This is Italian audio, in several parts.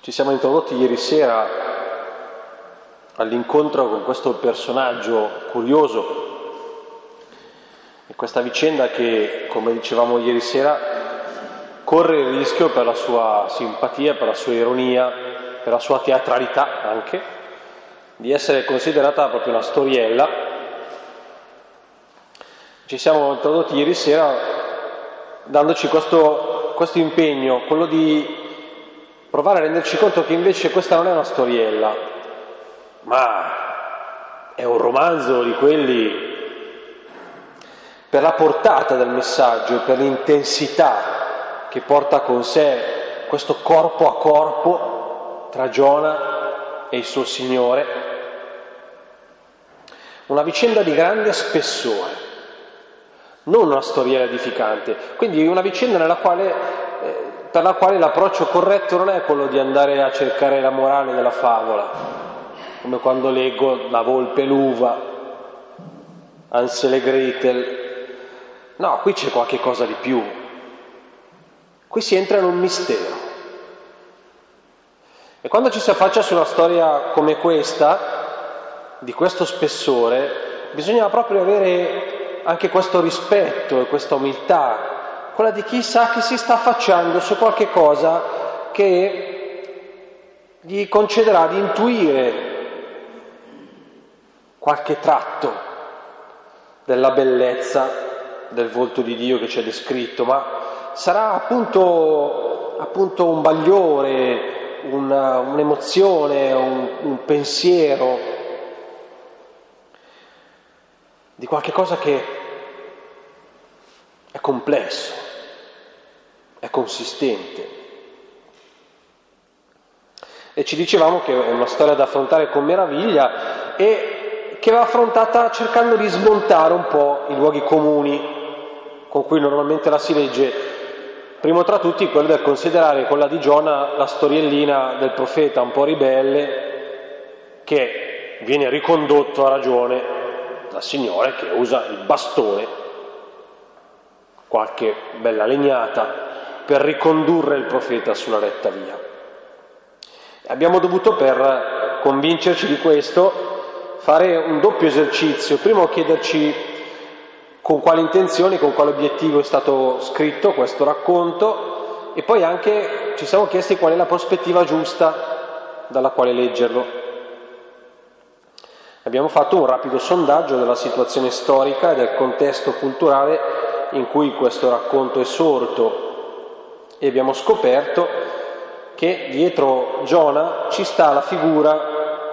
Ci siamo introdotti ieri sera all'incontro con questo personaggio curioso e questa vicenda che, come dicevamo ieri sera, corre il rischio, per la sua simpatia, per la sua ironia, per la sua teatralità anche, di essere considerata proprio una storiella. Ci siamo introdotti ieri sera dandoci questo impegno, quello di provare a renderci conto che invece questa non è una storiella, ma è un romanzo di quelli per la portata del messaggio, per l'intensità che porta con sé questo corpo a corpo tra Giona e il suo Signore. Una vicenda di grande spessore, non una storiella edificante, quindi una vicenda per la quale l'approccio corretto non è quello di andare a cercare la morale della favola, come quando leggo La volpe e l'uva, Hansel e Gretel. No, qui c'è qualche cosa di più. Qui si entra in un mistero. E quando ci si affaccia su una storia come questa, di questo spessore, bisogna proprio avere anche questo rispetto e questa umiltà, quella di chi sa che si sta affacciando su qualche cosa che gli concederà di intuire qualche tratto della bellezza del volto di Dio che ci è descritto, ma sarà appunto un bagliore, un'emozione, un pensiero di qualche cosa che è complesso, è consistente. E ci dicevamo che è una storia da affrontare con meraviglia e che va affrontata cercando di smontare un po' i luoghi comuni con cui normalmente la si legge, primo tra tutti quello del considerare quella di Giona la storiellina del profeta un po' ribelle che viene ricondotto a ragione dal Signore, che usa il bastone, qualche bella legnata, per ricondurre il profeta sulla retta via. Abbiamo dovuto, per convincerci di questo, fare un doppio esercizio. Primo, chiederci con quali intenzioni, con quale obiettivo è stato scritto questo racconto, e poi anche ci siamo chiesti qual è la prospettiva giusta dalla quale leggerlo. Abbiamo fatto un rapido sondaggio della situazione storica e del contesto culturale in cui questo racconto è sorto e abbiamo scoperto che dietro Giona ci sta la figura,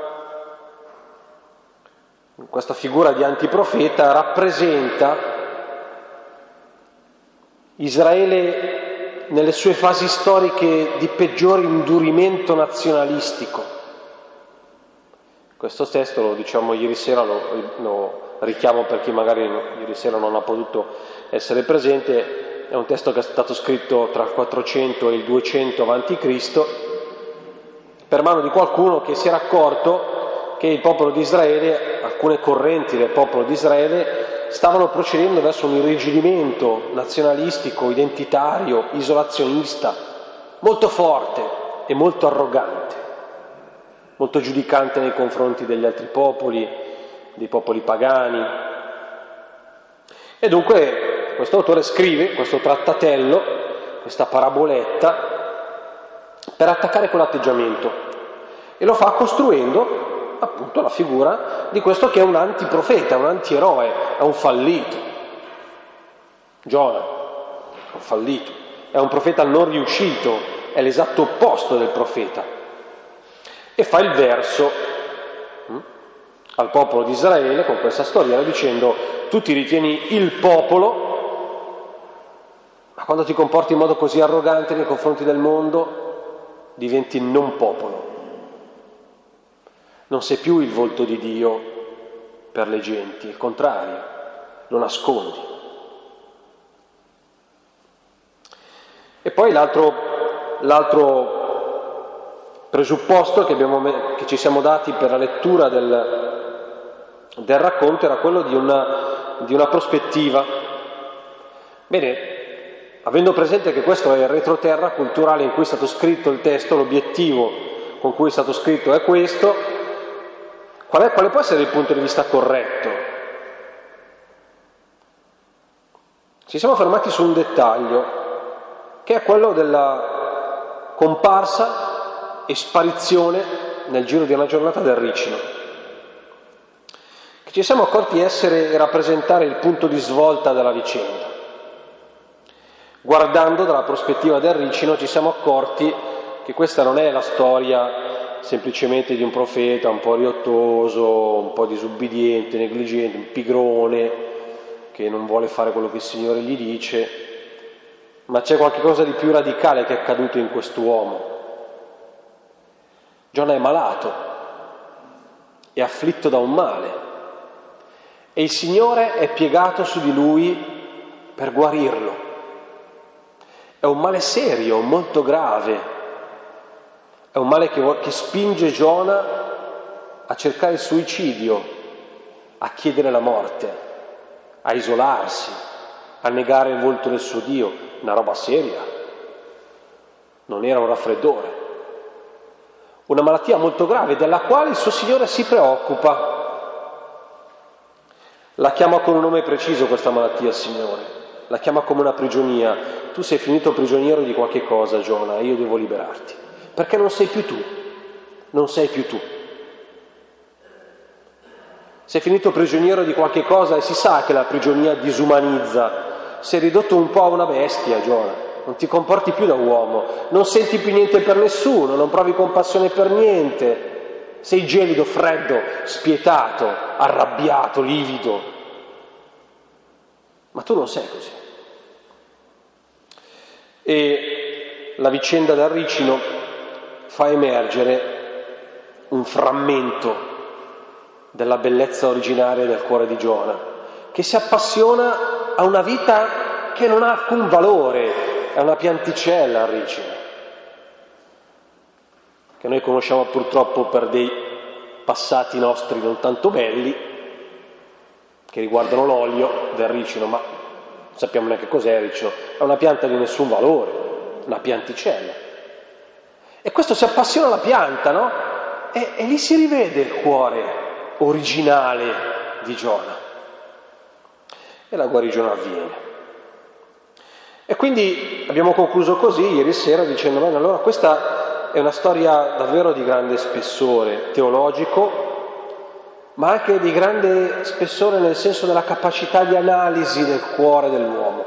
questa figura di antiprofeta rappresenta Israele nelle sue fasi storiche di peggiore indurimento nazionalistico. Questo testo, lo diciamo ieri sera, lo richiamo per chi magari ieri sera non ha potuto essere presente, è un testo che è stato scritto tra il 400 e il 200 a.C. per mano di qualcuno che si era accorto che il popolo di Israele, alcune correnti del popolo di Israele, stavano procedendo verso un irrigidimento nazionalistico, identitario, isolazionista, molto forte e molto arrogante, molto giudicante nei confronti degli altri popoli, dei popoli pagani. E dunque questo autore scrive questo trattatello, questa paraboletta, per attaccare quell'atteggiamento, e lo fa costruendo appunto la figura di questo che è un antiprofeta, un antieroe, è un fallito. Giona è un fallito, è un profeta non riuscito, è l'esatto opposto del profeta. E fa il verso al popolo di Israele con questa storiella dicendo: tu ti ritieni il popolo, ma quando ti comporti in modo così arrogante nei confronti del mondo diventi non popolo, non sei più il volto di Dio per le genti, il contrario, lo nascondi. E poi l'altro presupposto che ci siamo dati per la lettura del racconto era quello di una prospettiva. Bene, avendo presente che questo è il retroterra culturale in cui è stato scritto il testo, l'obiettivo con cui è stato scritto è questo, quale può essere il punto di vista corretto? Ci siamo fermati su un dettaglio, che è quello della comparsa e sparizione nel giro di una giornata del ricino, che ci siamo accorti essere e rappresentare il punto di svolta della vicenda. Guardando dalla prospettiva del ricino ci siamo accorti che questa non è la storia semplicemente di un profeta un po' riottoso, un po' disubbidiente, negligente, un pigrone che non vuole fare quello che il Signore gli dice, ma c'è qualcosa di più radicale che è accaduto in quest'uomo. Giona è malato, è afflitto da un male e il Signore è piegato su di lui per guarirlo. È un male serio, molto grave, è un male che spinge Giona a cercare il suicidio, a chiedere la morte, a isolarsi, a negare il volto del suo Dio, una roba seria, non era un raffreddore, una malattia molto grave della quale il suo Signore si preoccupa. La chiama con un nome preciso questa malattia il Signore. La chiama come una prigionia. Tu sei finito prigioniero di qualche cosa, Giona, e io devo liberarti. Perché non sei più tu. Non sei più tu. Sei finito prigioniero di qualche cosa e si sa che la prigionia disumanizza. Sei ridotto un po' a una bestia, Giona. Non ti comporti più da uomo. Non senti più niente per nessuno. Non provi compassione per niente. Sei gelido, freddo, spietato, arrabbiato, livido. Ma tu non sei così. E la vicenda del ricino fa emergere un frammento della bellezza originaria del cuore di Giona, che si appassiona a una vita che non ha alcun valore, è una pianticella il ricino, che noi conosciamo purtroppo per dei passati nostri non tanto belli, che riguardano l'olio del ricino, ma non sappiamo neanche cos'è il ricino, è una pianta di nessun valore, una pianticella. E questo si appassiona alla pianta, no? E lì si rivede il cuore originale di Giona. E la guarigione avviene. E quindi abbiamo concluso così ieri sera dicendo, bene, allora questa è una storia davvero di grande spessore teologico, ma anche di grande spessore nel senso della capacità di analisi del cuore dell'uomo.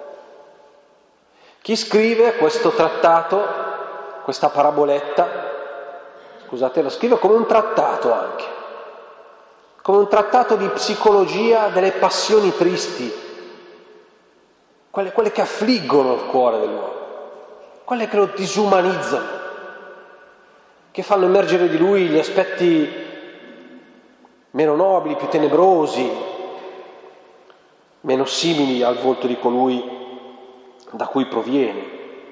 Chi scrive questo trattato, questa paraboletta, scusate, lo scrive come un trattato anche, come un trattato di psicologia delle passioni tristi, quelle che affliggono il cuore dell'uomo, quelle che lo disumanizzano, che fanno emergere di lui gli aspetti meno nobili, più tenebrosi, meno simili al volto di colui da cui proviene.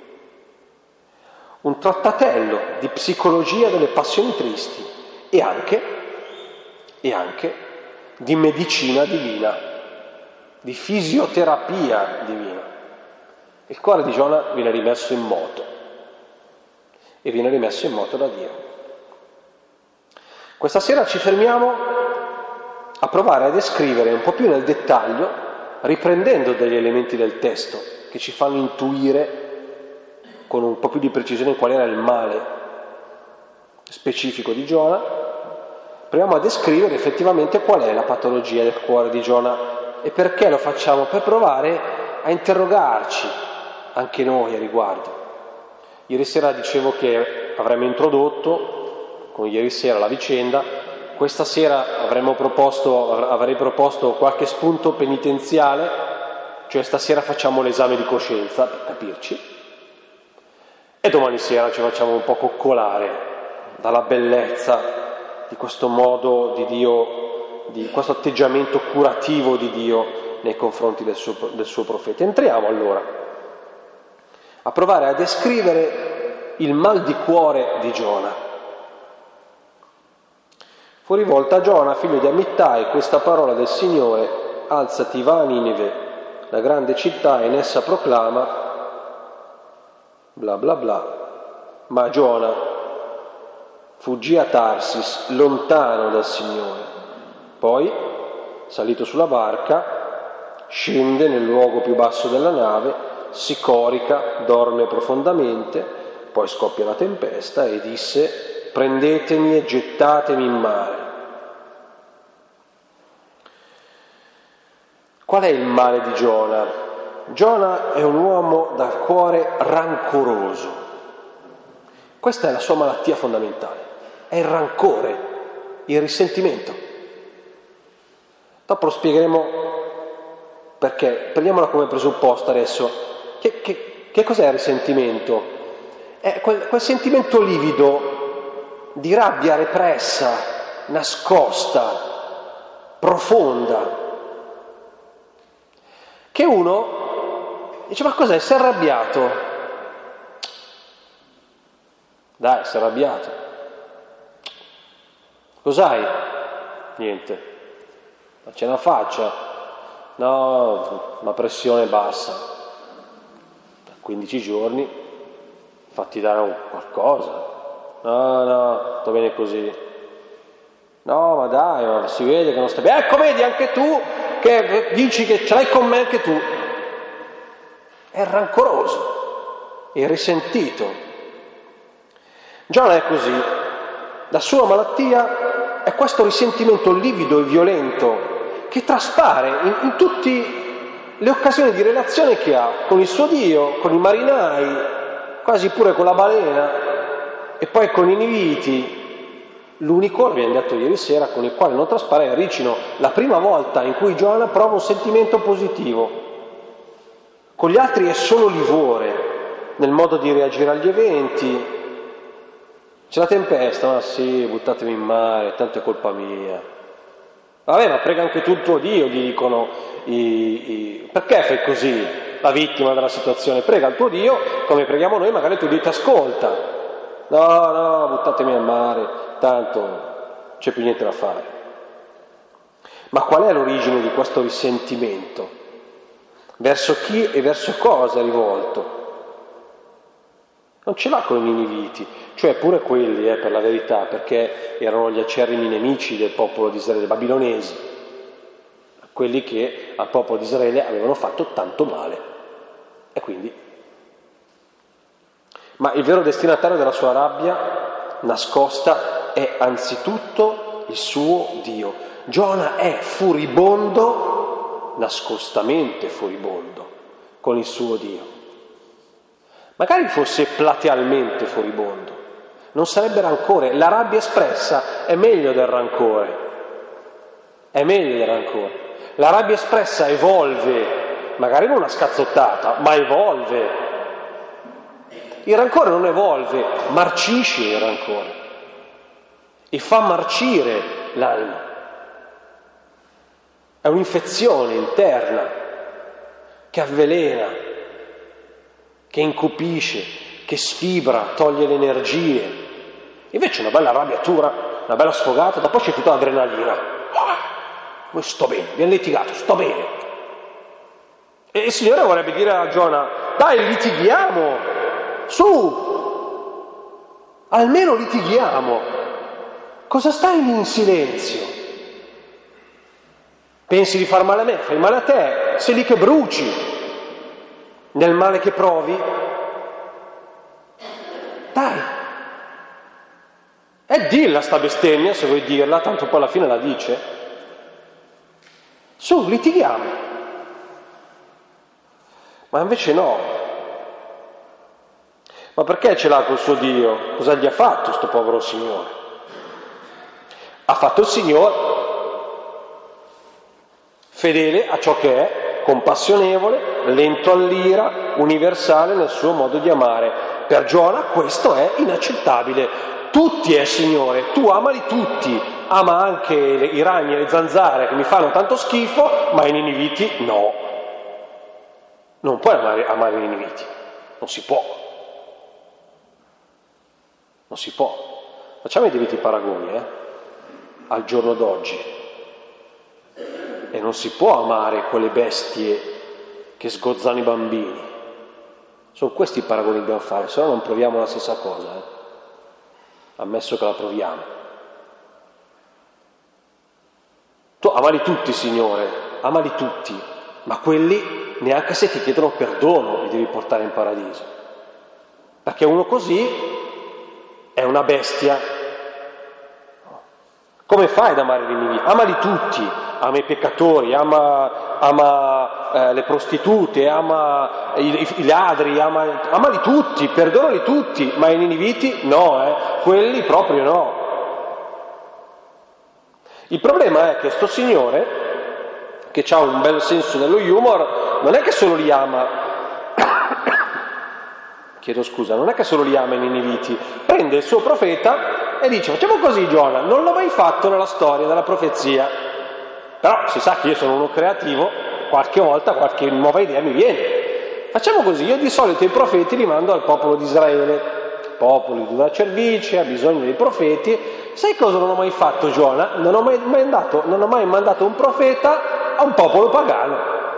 Un trattatello di psicologia delle passioni tristi e anche di medicina divina, di fisioterapia divina. Il cuore di Giona viene rimesso in moto e viene rimesso in moto da Dio. Questa sera ci fermiamo a provare a descrivere un po' più nel dettaglio, riprendendo degli elementi del testo che ci fanno intuire con un po' più di precisione qual era il male specifico di Giona. Proviamo a descrivere effettivamente qual è la patologia del cuore di Giona e perché lo facciamo, per provare a interrogarci anche noi a riguardo. Ieri sera dicevo che avremmo introdotto con ieri sera la vicenda. Questa sera avrei proposto qualche spunto penitenziale, cioè stasera facciamo l'esame di coscienza per capirci e domani sera ci facciamo un po' coccolare dalla bellezza di questo modo di Dio, di questo atteggiamento curativo di Dio nei confronti del suo profeta. Entriamo allora a provare a descrivere il mal di cuore di Giona. Fu rivolta a Giona, figlio di Amittai, questa parola del Signore: alzati, va a Ninive, la grande città, e in essa proclama bla bla bla. Ma Giona fuggì a Tarsis, lontano dal Signore. Poi, salito sulla barca, scende nel luogo più basso della nave, si corica, dorme profondamente, poi scoppia la tempesta e disse: prendetemi e gettatemi in mare. Qual è il male di Giona? Giona è un uomo dal cuore rancoroso. Questa è la sua malattia fondamentale, è il rancore, il risentimento. Dopo lo spiegheremo perché, prendiamola come presupposto adesso. Che cos'è il risentimento? È quel sentimento livido di rabbia repressa, nascosta, profonda, che uno dice: ma cos'è? Si è arrabbiato. Dai, si è arrabbiato. Cos'hai? Niente. Ma c'è una faccia? No, una pressione bassa. Da 15 giorni fatti dare qualcosa. No, sto bene così. No, ma dai, ma si vede che non sta bene. Ecco, vedi, anche tu che dici che ce l'hai con me anche tu. È rancoroso, è risentito. Giona è così. La sua malattia è questo risentimento livido e violento che traspare in tutte le occasioni di relazione che ha con il suo Dio, con i marinai, quasi pure con la balena e poi con i niviti. L'unico, abbiamo detto ieri sera, con il quale non traspare è Ricino, la prima volta in cui Giona prova un sentimento positivo. Con gli altri è solo livore nel modo di reagire agli eventi. C'è la tempesta, ma sì, buttatemi in mare, tanto è colpa mia. Vabbè, ma prega anche tu il tuo Dio, gli dicono perché fai così? La vittima della situazione, prega il tuo Dio come preghiamo noi, magari il tuo Dio ti ascolta. No, buttatemi al mare, tanto non c'è più niente da fare. Ma qual è l'origine di questo risentimento? Verso chi e verso cosa è rivolto? Non ce l'ha con i niniviti, cioè pure quelli, per la verità, perché erano gli acerrimi nemici del popolo di Israele, babilonesi, quelli che al popolo di Israele avevano fatto tanto male. E quindi. Ma il vero destinatario della sua rabbia nascosta è anzitutto il suo Dio. Giona è furibondo, nascostamente furibondo, con il suo Dio. Magari fosse platealmente furibondo, non sarebbe rancore. La rabbia espressa è meglio del rancore. La rabbia espressa evolve, magari non una scazzottata, ma evolve. Il rancore non evolve, marcisce il rancore e fa marcire l'anima. È un'infezione interna che avvelena, che incupisce, che sfibra, toglie le energie. Invece una bella arrabbiatura, una bella sfogata, dopo c'è tutta l'adrenalina. Sto bene, abbiamo litigato, sto bene. E il Signore vorrebbe dire a Giona: dai, litighiamo, su, almeno litighiamo. Cosa stai lì in silenzio? Pensi di far male a me, fai male a te, sei lì che bruci. Nel male che provi, dai, e dilla sta bestemmia se vuoi dirla, tanto poi alla fine la dice. Su, litighiamo. Ma invece no. Ma perché ce l'ha col suo Dio? Cosa gli ha fatto sto povero Signore? Ha fatto il Signore fedele a ciò che è, compassionevole, lento all'ira, universale nel suo modo di amare. Per Giona questo è inaccettabile. Tutti è Signore, tu amali tutti, ama anche i ragni e le zanzare che mi fanno tanto schifo, ma i niniviti no. Non puoi amare i niniviti, non si può. Facciamo i debiti paragoni, al giorno d'oggi. E non si può amare quelle bestie che sgozzano i bambini. Sono questi i paragoni che dobbiamo fare, se no non proviamo la stessa cosa, ammesso che la proviamo. Tu amali tutti, Signore, amali tutti, ma quelli neanche se ti chiedono perdono li devi portare in paradiso, perché uno così è una bestia. Come fai ad amare i nemici? Amali tutti, ama i peccatori, ama le prostitute, ama i ladri, amali tutti, perdonali tutti, ma i niniviti no, quelli proprio no. Il problema è che sto signore, che ha un bel senso dello humor, non è che solo li ama, non è che solo li ama i niniviti, prende il suo profeta e dice: facciamo così, Giona, non l'ho mai fatto nella storia, nella profezia, però si sa che io sono uno creativo, qualche volta qualche nuova idea mi viene. Facciamo così, io di solito i profeti li mando al popolo di Israele, il popolo di una cervice, ha bisogno dei profeti. Sai cosa non ho mai fatto, Giona? Non ho mai mandato un profeta a un popolo pagano.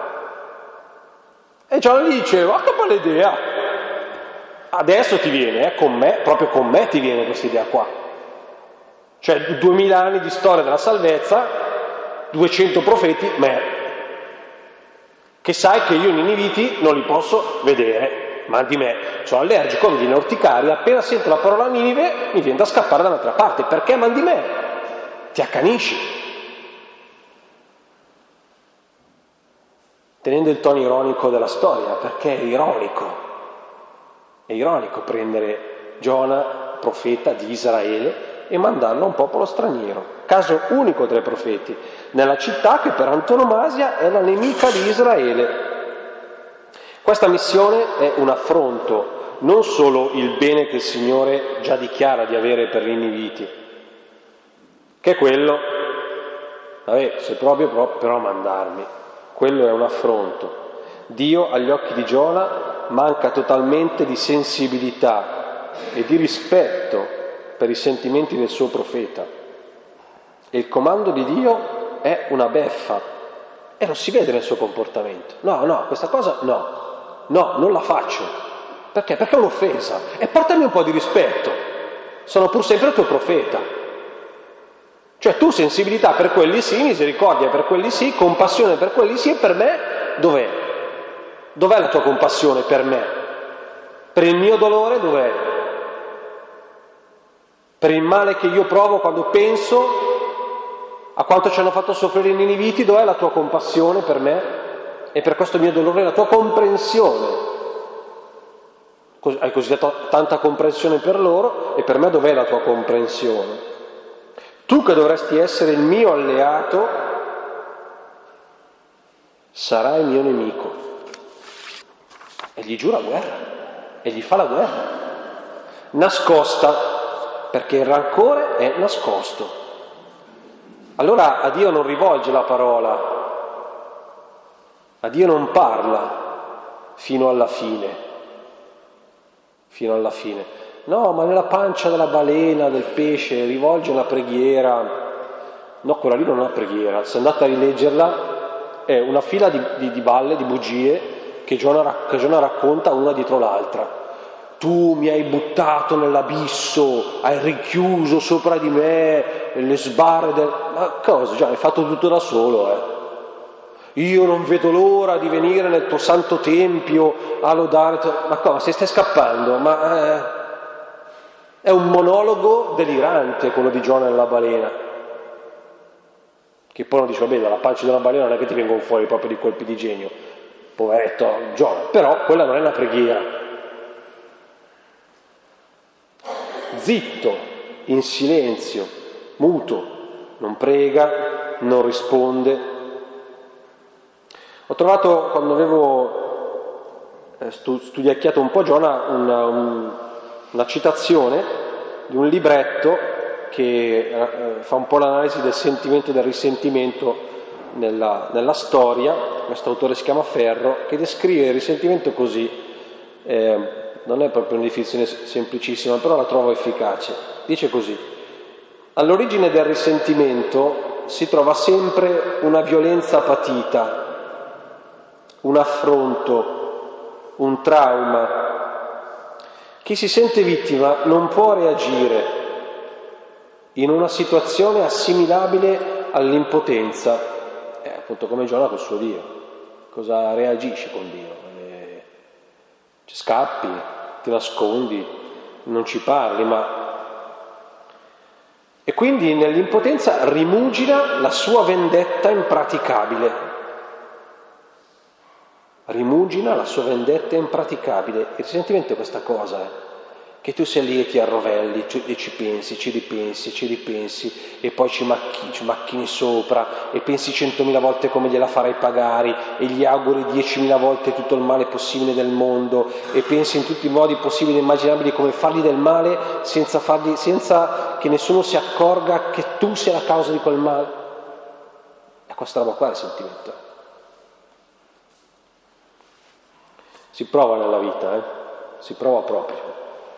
E Giona gli diceva: che bella idea! Adesso ti viene, con me, proprio con me ti viene questa idea qua. Cioè 2000 anni di storia della salvezza, 200 profeti, me. Che sai che io i niniviti non li posso vedere, ma di me. Sono allergico, mi viene orticaria, appena sento la parola Ninive mi viene da scappare da un'altra parte. Perché man di me? Ti accanisci. Tenendo il tono ironico della storia, perché è ironico. È ironico prendere Giona, profeta di Israele, e mandarlo a un popolo straniero. Caso unico tra i profeti, nella città che per antonomasia è la nemica di Israele. Questa missione è un affronto, non solo il bene che il Signore già dichiara di avere per i niniviti, che è quello, se proprio però mandarmi, quello è un affronto. Dio agli occhi di Giona manca totalmente di sensibilità e di rispetto per i sentimenti del suo profeta, e il comando di Dio è una beffa e non si vede nel suo comportamento. No, questa cosa no, non la faccio. Perché? Perché è un'offesa, e portami un po' di rispetto, sono pur sempre il tuo profeta. Cioè tu sensibilità per quelli sì, misericordia per quelli sì, compassione per quelli sì, e per me dov'è? Dov'è la tua compassione per me? Per il mio dolore dov'è? Per il male che io provo quando penso a quanto ci hanno fatto soffrire i niniviti, dov'è la tua compassione per me? E per questo mio dolore la tua comprensione? Hai così tanta comprensione per loro, e per me dov'è la tua comprensione? Tu che dovresti essere il mio alleato, sarai mio nemico. E gli giura guerra, e gli fa la guerra, nascosta, perché il rancore è nascosto. Allora a Dio non rivolge la parola, a Dio non parla fino alla fine. No, ma nella pancia della balena, del pesce, rivolge una preghiera. No, quella lì non è una preghiera. Se andate a rileggerla, è una fila di balle, di bugie che Giona racconta una dietro l'altra. Tu mi hai buttato nell'abisso, hai richiuso sopra di me le sbarre del... Ma cosa? Già, hai fatto tutto da solo, Io non vedo l'ora di venire nel tuo santo tempio a lodare... Ma cosa? Se stai scappando? Ma è un monologo delirante quello di Giona nella balena. Che poi uno dice, vabbè, dalla pancia della balena non è che ti vengono fuori proprio di colpi di genio. Poveretto Giona. Però quella non è una preghiera. Zitto, in silenzio, muto, non prega, non risponde. Ho trovato, quando avevo studiacchiato un po' Giona, una citazione di un libretto che fa un po' l'analisi del sentimento e del risentimento nella storia. Questo autore si chiama Ferro, che descrive il risentimento così. Non è proprio una definizione semplicissima, però la trovo efficace. Dice così: all'origine del risentimento si trova sempre una violenza patita, un affronto, un trauma. Chi si sente vittima non può reagire in una situazione assimilabile all'impotenza, appunto come Giona col suo Dio. Cosa reagisci con Dio? Ci scappi, ti nascondi, non ci parli, E quindi nell'impotenza rimugina la sua vendetta impraticabile. Rimugina la sua vendetta impraticabile. Il risentimento è questa cosa, che tu sei lì e ti arrovelli e ci pensi, ci ripensi e poi ci macchini sopra e pensi 100.000 volte come gliela farai pagare e gli auguri 10.000 volte tutto il male possibile del mondo e pensi in tutti i modi possibili e immaginabili come fargli del male senza che nessuno si accorga che tu sei la causa di quel male. È questa roba qua il sentimento. Si prova nella vita, si prova proprio.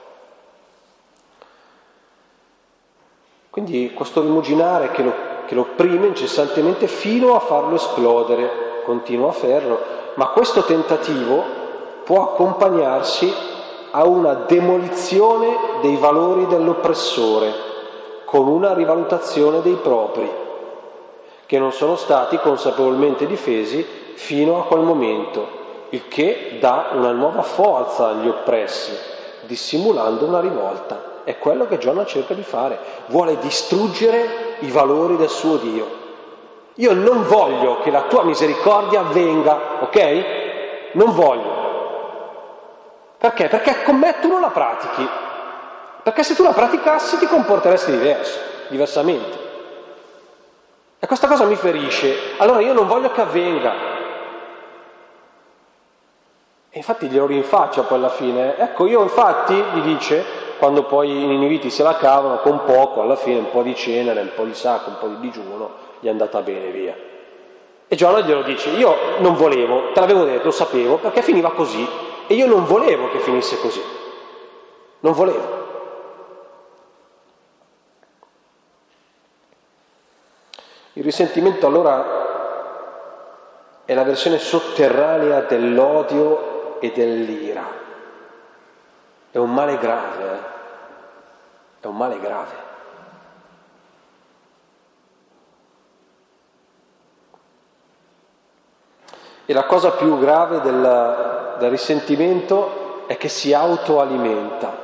Quindi questo rimuginare che lo opprime incessantemente fino a farlo esplodere, continua a farlo, ma questo tentativo può accompagnarsi a una demolizione dei valori dell'oppressore, con una rivalutazione dei propri, che non sono stati consapevolmente difesi fino a quel momento, il che dà una nuova forza agli oppressi, dissimulando una rivolta. È quello che Giona cerca di fare, vuole distruggere i valori del suo Dio. Io non voglio che la tua misericordia venga, ok? Non voglio. Perché? Perché con me tu non la pratichi. Perché se tu la praticassi ti comporteresti diversamente. E questa cosa mi ferisce, allora io non voglio che avvenga. E infatti glielo rinfaccia poi alla fine. Ecco, io infatti, gli dice, quando poi i niniviti se la cavano, con poco, alla fine un po' di cenere, un po' di sacco, un po' di digiuno, gli è andata bene, via. E Giona glielo dice, io non volevo, te l'avevo detto, lo sapevo, perché finiva così, e io non volevo che finisse così. Non volevo. Il risentimento allora è la versione sotterranea dell'odio e dell'ira. È un male grave, È un male grave. E la cosa più grave del risentimento è che si autoalimenta.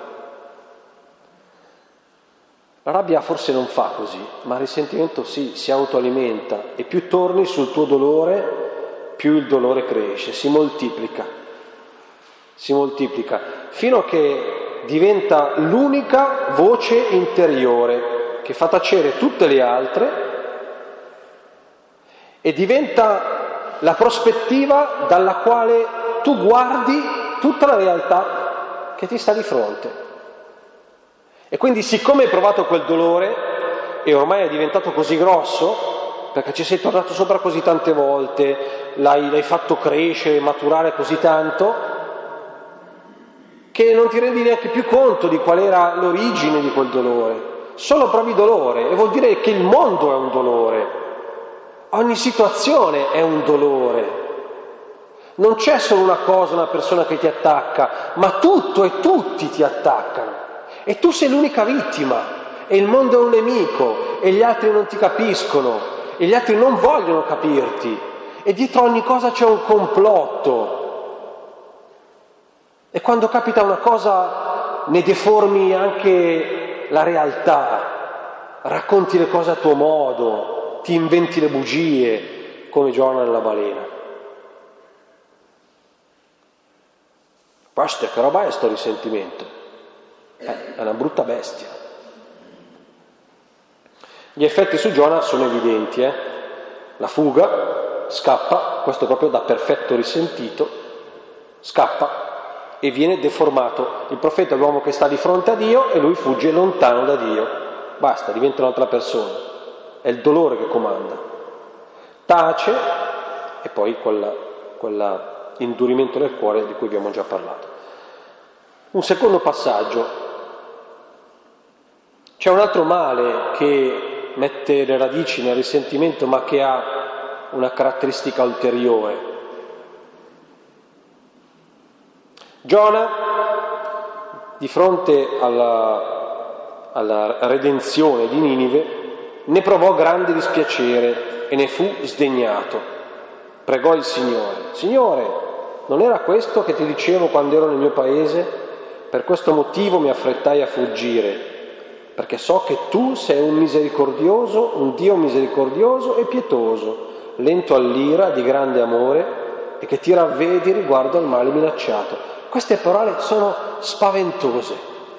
La rabbia forse non fa così, ma il risentimento sì, si autoalimenta, e più torni sul tuo dolore, più il dolore cresce, si moltiplica, fino a che diventa l'unica voce interiore che fa tacere tutte le altre e diventa la prospettiva dalla quale tu guardi tutta la realtà che ti sta di fronte. E quindi, siccome hai provato quel dolore e ormai è diventato così grosso, perché ci sei tornato sopra così tante volte, l'hai fatto crescere, maturare così tanto, che non ti rendi neanche più conto di qual era l'origine di quel dolore. Solo provi dolore, e vuol dire che il mondo è un dolore, ogni situazione è un dolore. Non c'è solo una cosa, una persona che ti attacca, ma tutto e tutti ti attaccano. E tu sei l'unica vittima, e il mondo è un nemico, e gli altri non ti capiscono, e gli altri non vogliono capirti, e dietro ogni cosa c'è un complotto. E quando capita una cosa ne deformi anche la realtà, racconti le cose a tuo modo, ti inventi le bugie, come Giona nella balena. Basta, che roba è sto risentimento? È una brutta bestia. Gli effetti su Giona sono evidenti, La fuga, scappa, questo proprio da perfetto risentito, scappa e viene deformato. Il profeta è l'uomo che sta di fronte a Dio e lui fugge lontano da Dio. Basta, diventa un'altra persona. È il dolore che comanda. Tace e poi quell'indurimento del cuore di cui abbiamo già parlato. Un secondo passaggio. C'è un altro male che mette le radici nel risentimento, ma che ha una caratteristica ulteriore. Giona, di fronte alla redenzione di Ninive, ne provò grande dispiacere e ne fu sdegnato. Pregò il Signore: Signore, non era questo che ti dicevo quando ero nel mio paese? Per questo motivo mi affrettai a fuggire, perché so che tu sei un Dio misericordioso e pietoso, lento all'ira, di grande amore, e che ti ravvedi riguardo al male minacciato. Queste parole sono spaventose.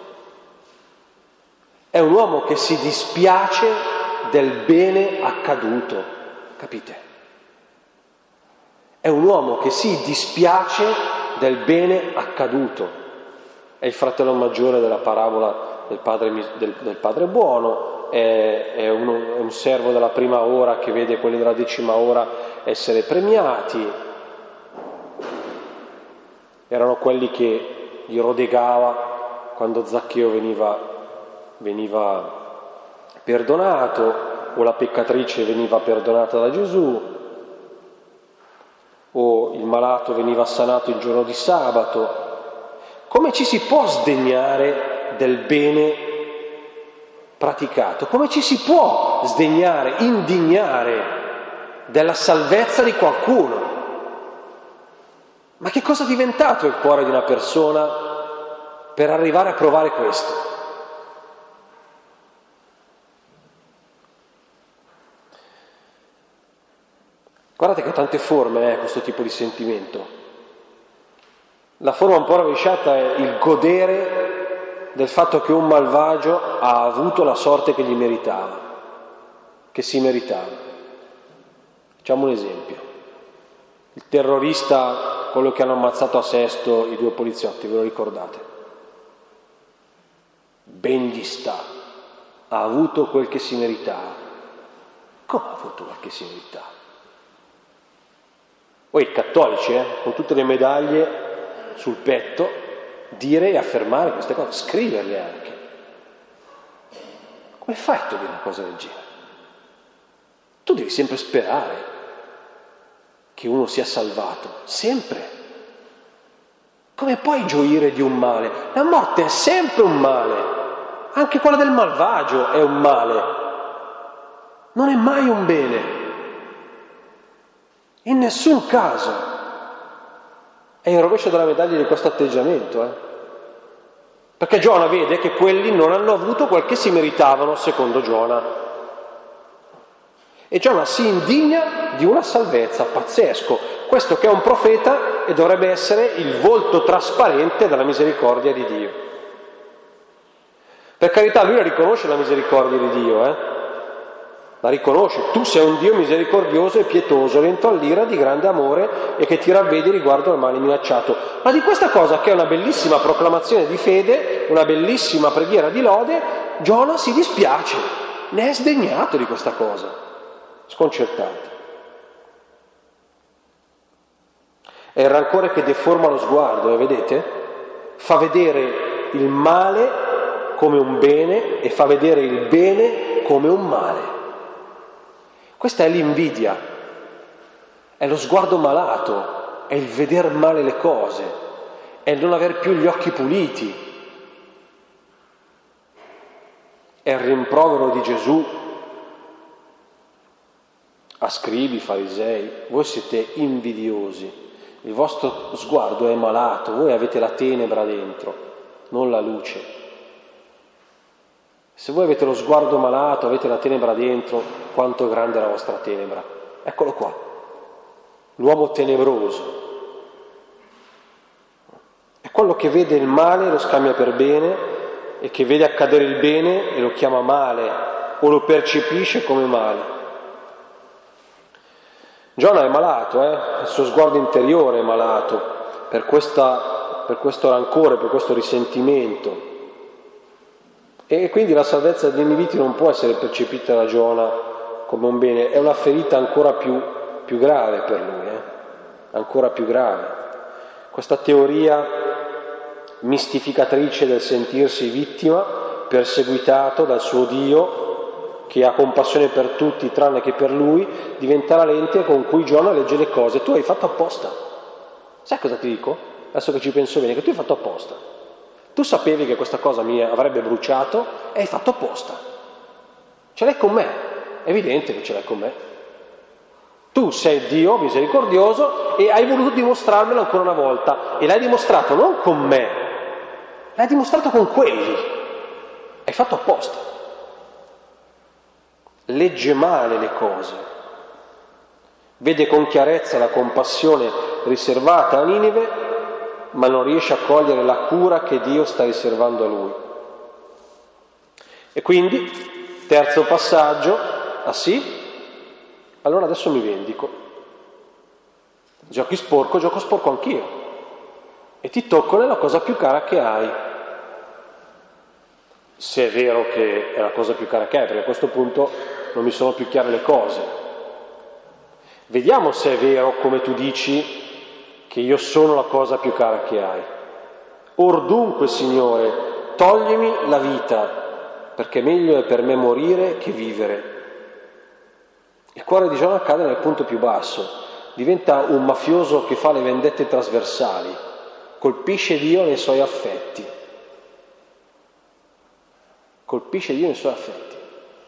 È un uomo che si dispiace del bene accaduto, capite? È un uomo che si dispiace del bene accaduto. È il fratello maggiore della parabola del padre buono, è un servo della prima ora che vede quelli della 10ª ora essere premiati. Erano quelli che gli rodegava quando Zaccheo veniva perdonato, o la peccatrice veniva perdonata da Gesù, o il malato veniva sanato il giorno di sabato. Come ci si può sdegnare del bene praticato? Come ci si può sdegnare, indignare della salvezza di qualcuno? Ma che cosa è diventato il cuore di una persona per arrivare a provare questo? Guardate che ha tante forme questo tipo di sentimento. La forma un po' rovesciata è il godere del fatto che un malvagio ha avuto la sorte che gli meritava, che si meritava. Facciamo un esempio. Il terrorista, quello che hanno ammazzato a Sesto i 2 poliziotti, ve lo ricordate? Ben gli sta, ha avuto quel che si meritava. Come ha avuto quel che si meritava? Voi cattolici, con tutte le medaglie sul petto, dire e affermare queste cose, scriverle anche. Come fai tu a dire una cosa del genere? Tu devi sempre sperare che uno sia salvato, sempre. Come puoi gioire di un male? La morte è sempre un male, anche quella del malvagio è un male, non è mai un bene. In nessun caso. È il rovescio della medaglia di questo atteggiamento, Perché Giona vede che quelli non hanno avuto quel che si meritavano secondo Giona. E Giona si indigna di una salvezza, pazzesco. Questo che è un profeta e dovrebbe essere il volto trasparente della misericordia di Dio. Per carità, lui la riconosce la misericordia di Dio, La riconosce. Tu sei un Dio misericordioso e pietoso, lento all'ira, di grande amore e che ti ravvedi riguardo al male minacciato. Ma di questa cosa, che è una bellissima proclamazione di fede, una bellissima preghiera di lode, Giona si dispiace, ne è sdegnato di questa cosa, sconcertato. È il rancore che deforma lo sguardo, vedete? Fa vedere il male come un bene e fa vedere il bene come un male. Questa è l'invidia, è lo sguardo malato, è il veder male le cose, è il non aver più gli occhi puliti, è il rimprovero di Gesù a scribi, farisei: voi siete invidiosi, il vostro sguardo è malato, voi avete la tenebra dentro, non la luce. Se voi avete lo sguardo malato, avete la tenebra dentro, quanto grande è la vostra tenebra. Eccolo qua, l'uomo tenebroso. È quello che vede il male e lo scambia per bene, e che vede accadere il bene e lo chiama male, o lo percepisce come male. Giona è malato, il suo sguardo interiore è malato per questo rancore, per questo risentimento. E quindi la salvezza dei Niniviti non può essere percepita da Giona come un bene, è una ferita ancora più grave per lui, ancora più grave. Questa teoria mistificatrice del sentirsi vittima, perseguitato dal suo Dio, che ha compassione per tutti tranne che per lui, diventa la lente con cui Giona legge le cose. Tu hai fatto apposta. Sai cosa ti dico? adesso che ci penso bene, che tu hai fatto apposta. Tu sapevi che questa cosa mi avrebbe bruciato e hai fatto apposta. Ce l'hai con me, è evidente che ce l'hai con me. Tu sei Dio misericordioso e hai voluto dimostrarmelo ancora una volta, e l'hai dimostrato non con me, l'hai dimostrato con quelli. Hai fatto apposta. Legge male le cose, vede con chiarezza la compassione riservata a Ninive, ma non riesce a cogliere la cura che Dio sta riservando a lui. E quindi, terzo passaggio, ah sì? Allora adesso mi vendico. Gioco sporco anch'io. E ti tocco nella cosa più cara che hai. Se è vero che è la cosa più cara che hai, perché a questo punto non mi sono più chiare le cose. Vediamo se è vero, come tu dici, che io sono la cosa più cara che hai. Or dunque, Signore, toglimi la vita, perché meglio è per me morire che vivere. Il cuore di Giona cade nel punto più basso, diventa un mafioso che fa le vendette trasversali, colpisce Dio nei suoi affetti. Colpisce Dio nei suoi affetti.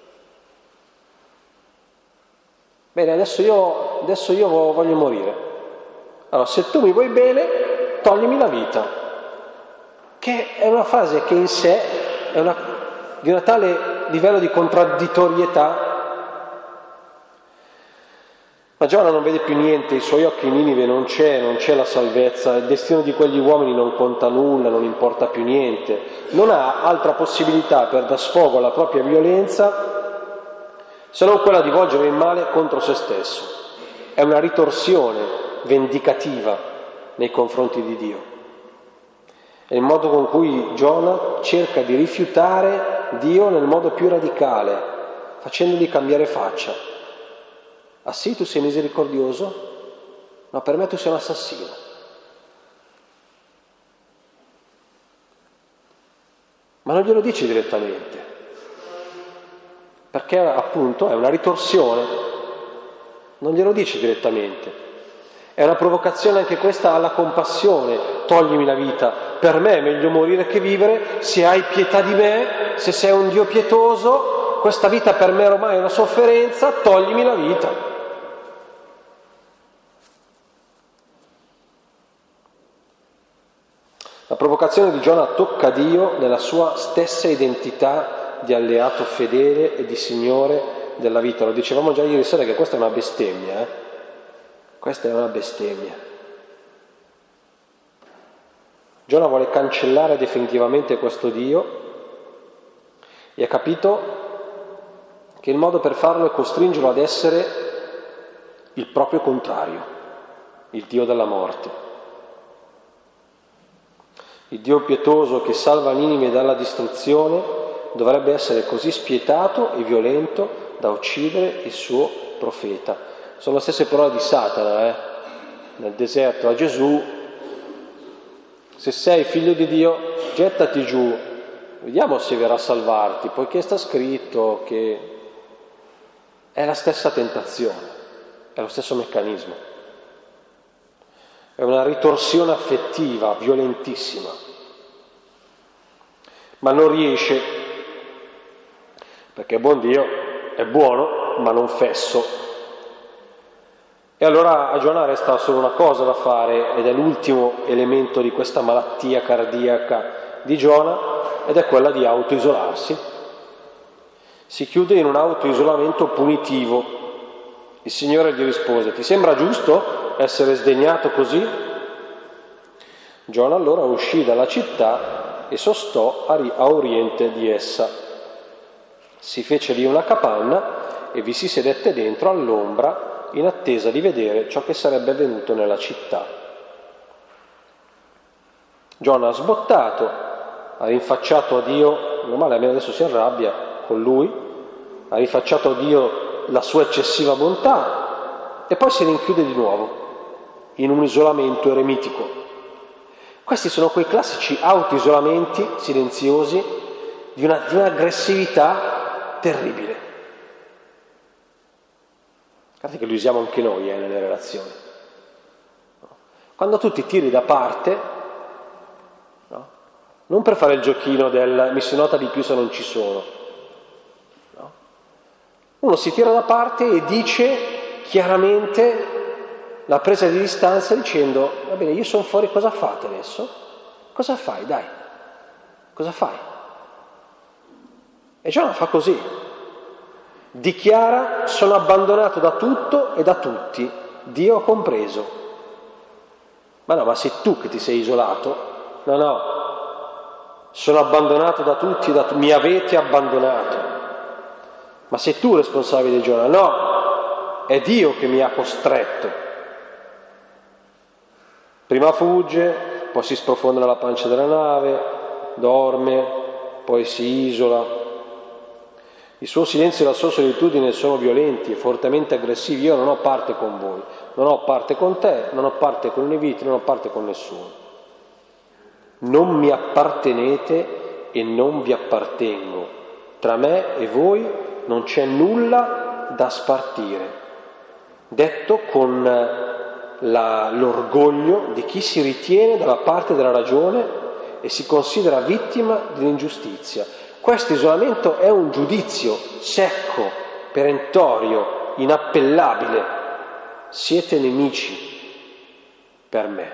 Bene, adesso io voglio morire. Allora, se tu mi vuoi bene, toglimi la vita. Che è una frase che in sé è di un tale livello di contraddittorietà. Ma Giona non vede più niente, i suoi occhi in Ninive non c'è la salvezza, il destino di quegli uomini non conta nulla, non importa più niente. Non ha altra possibilità per dar sfogo alla propria violenza se non quella di volgere il male contro se stesso. È una ritorsione vendicativa nei confronti di Dio. È il modo con cui Giona cerca di rifiutare Dio nel modo più radicale, facendogli cambiare faccia. Ah sì, tu sei misericordioso? No, per me tu sei un assassino. Ma non glielo dici direttamente, perché appunto è una ritorsione, non glielo dici direttamente. È una provocazione anche questa alla compassione. Toglimi la vita, per me è meglio morire che vivere, se hai pietà di me, se sei un Dio pietoso, questa vita per me ormai è una sofferenza, toglimi la vita. La provocazione di Giona tocca Dio nella sua stessa identità di alleato fedele e di Signore della vita. Lo dicevamo già ieri sera che questa è una bestemmia, Questa è una bestemmia. Giona vuole cancellare definitivamente questo Dio e ha capito che il modo per farlo è costringerlo ad essere il proprio contrario, il Dio della morte. Il Dio pietoso che salva Ninive dalla distruzione dovrebbe essere così spietato e violento da uccidere il suo profeta. Sono le stesse parole di Satana, nel deserto a Gesù: se sei figlio di Dio, gettati giù, vediamo se verrà a salvarti, poiché sta scritto che è la stessa tentazione, è lo stesso meccanismo. È una ritorsione affettiva violentissima, ma non riesce, perché buon Dio è buono, ma non fesso. E allora a Giona resta solo una cosa da fare, ed è l'ultimo elemento di questa malattia cardiaca di Giona, ed è quella di autoisolarsi. Si chiude in un autoisolamento punitivo. Il Signore gli rispose: ti sembra giusto essere sdegnato così? Giona allora uscì dalla città e sostò a oriente di essa. Si fece lì una capanna e vi si sedette dentro all'ombra in attesa di vedere ciò che sarebbe avvenuto nella città. Giona ha sbottato, ha rinfacciato a Dio, normale almeno adesso si arrabbia con lui, ha rinfacciato a Dio la sua eccessiva bontà e poi si rinchiude di nuovo in un isolamento eremitico. Questi sono quei classici autoisolamenti silenziosi di un'aggressività terribile. Guardate che li usiamo anche noi nelle relazioni. Quando tu ti tiri da parte Non per fare il giochino del mi si nota di più se non ci sono. No. Uno si tira da parte e dice chiaramente la presa di distanza dicendo: va bene, io sono fuori, cosa fate adesso? Cosa fai, dai? Cosa fai? E Giona fa così. Dichiara: sono abbandonato da tutto e da tutti, Dio ha compreso. Ma no, ma sei tu che ti sei isolato? No, sono abbandonato da tutti, mi avete abbandonato. Ma sei tu responsabile di Giona? No, è Dio che mi ha costretto. Prima fugge, poi si sprofonda nella pancia della nave, dorme, poi si isola. Il suo silenzio e la sua solitudine sono violenti e fortemente aggressivi. Io non ho parte con voi, non ho parte con te, non ho parte con i Leviti, non ho parte con nessuno. Non mi appartenete e non vi appartengo. Tra me e voi non c'è nulla da spartire. Detto con l'orgoglio di chi si ritiene dalla parte della ragione e si considera vittima di un'ingiustizia. Questo isolamento è un giudizio secco, perentorio, inappellabile. Siete nemici per me.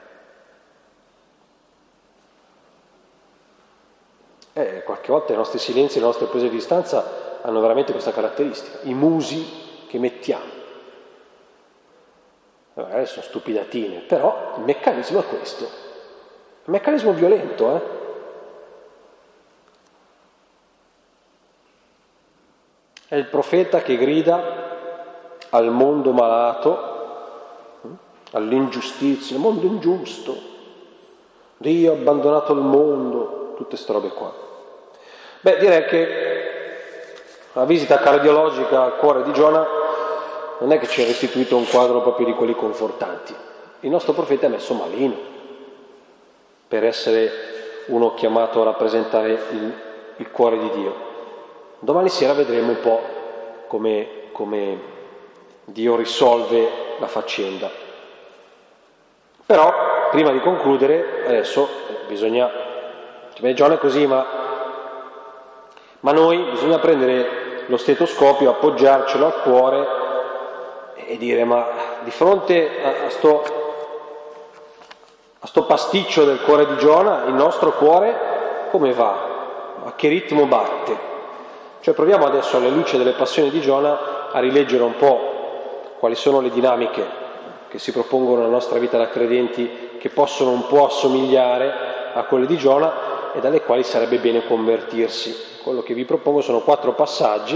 Qualche volta i nostri silenzi, le nostre prese di distanza hanno veramente questa caratteristica, i musi che mettiamo. Magari sono stupidatine, però il meccanismo è questo, un meccanismo violento, È il profeta che grida al mondo malato, all'ingiustizia, il mondo ingiusto, Dio ha abbandonato il mondo, tutte queste robe qua. Beh, direi che la visita cardiologica al cuore di Giona non è che ci ha restituito un quadro proprio di quelli confortanti. Il nostro profeta è messo malino per essere uno chiamato a rappresentare il cuore di Dio. Domani sera vedremo un po' come Dio risolve la faccenda. Però, prima di concludere, adesso bisogna... Giona è così, ma noi bisogna prendere lo stetoscopio, appoggiarcelo al cuore e dire: ma di fronte a sto pasticcio del cuore di Giona, il nostro cuore come va? A che ritmo batte? Cioè proviamo adesso, alla luce delle passioni di Giona, a rileggere un po' quali sono le dinamiche che si propongono nella nostra vita da credenti, che possono un po' assomigliare a quelle di Giona e dalle quali sarebbe bene convertirsi. Quello che vi propongo sono 4 passaggi